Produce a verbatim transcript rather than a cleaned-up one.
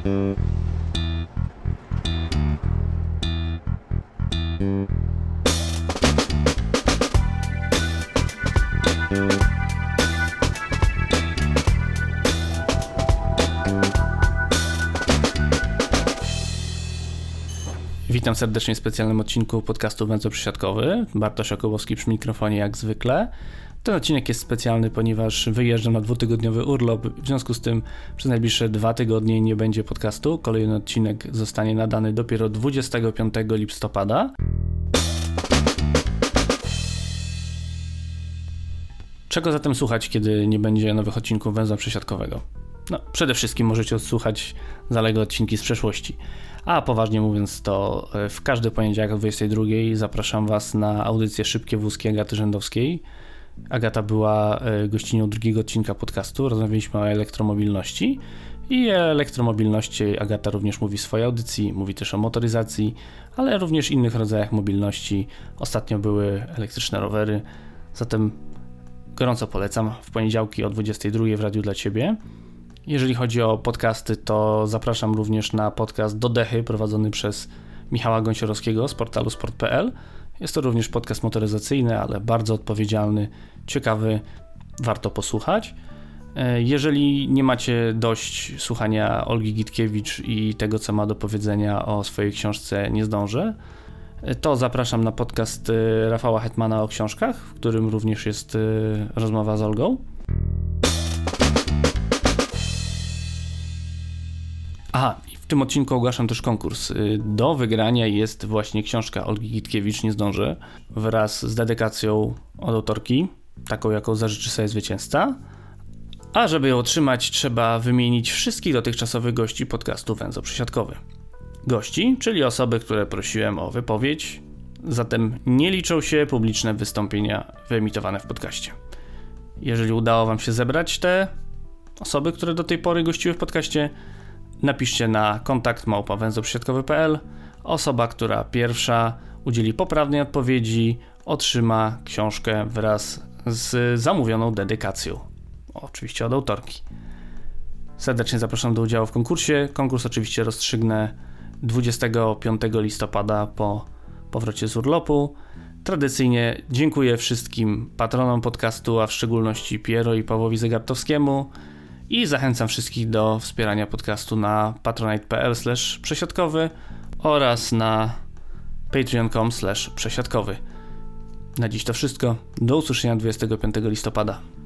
Witam serdecznie w specjalnym odcinku podcastu Węzeł Przesiadkowy. Bartosz Jakubowski przy mikrofonie jak zwykle. Ten odcinek jest specjalny, ponieważ wyjeżdżam na dwutygodniowy urlop. W związku z tym przez najbliższe dwa tygodnie nie będzie podcastu. Kolejny odcinek zostanie nadany dopiero dwudziestego piątego listopada. Czego zatem słuchać, kiedy nie będzie nowych odcinków Węzła Przesiadkowego? No, przede wszystkim możecie odsłuchać zaległe odcinki z przeszłości. A poważnie mówiąc, to w każdy poniedziałek o dwudziestej drugiej zapraszam Was na audycję Szybkie Wózki Agaty Rzędowskiej. Agata była gościnią drugiego odcinka podcastu, rozmawialiśmy o elektromobilności i o elektromobilności Agata również mówi w swojej audycji, mówi też o motoryzacji, ale również innych rodzajach mobilności. Ostatnio były elektryczne rowery, zatem gorąco polecam w poniedziałki o dwudziestej drugiej w Radiu dla Ciebie. Jeżeli chodzi o podcasty, to zapraszam również na podcast Do Dechy prowadzony przez Michała Gąsiorowskiego z portalu sport kropka p l. Jest to również podcast motoryzacyjny, ale bardzo odpowiedzialny, ciekawy, warto posłuchać. Jeżeli nie macie dość słuchania Olgi Gitkiewicz i tego, co ma do powiedzenia o swojej książce Nie zdążę, to zapraszam na podcast Rafała Hetmana o książkach, w którym również jest rozmowa z Olgą. Aha, w tym odcinku ogłaszam też konkurs. Do wygrania jest właśnie książka Olgi Gitkiewicz Nie zdążę wraz z dedykacją od autorki, taką jaką zażyczy sobie zwycięzca. A żeby ją otrzymać, trzeba wymienić wszystkich dotychczasowych gości podcastu Węzeł Przesiadkowy. Gości, czyli osoby, które prosiłem o wypowiedź, zatem nie liczą się publiczne wystąpienia wyemitowane w podcaście. Jeżeli udało Wam się zebrać te osoby, które do tej pory gościły w podcaście, napiszcie na kontakt małpa węzeł przesiadkowy kropka p l. Osoba, która pierwsza udzieli poprawnej odpowiedzi, otrzyma książkę wraz z zamówioną dedykacją. Oczywiście od autorki. Serdecznie zapraszam do udziału w konkursie. Konkurs oczywiście rozstrzygnę dwudziestego piątego listopada po powrocie z urlopu. Tradycyjnie dziękuję wszystkim patronom podcastu, a w szczególności Piero i Pawłowi Zegartowskiemu. I zachęcam wszystkich do wspierania podcastu na patronite kropka p l slash przesiadkowy oraz na patreon kropka com slash przesiadkowy. Na dziś to wszystko. Do usłyszenia dwudziestego piątego listopada.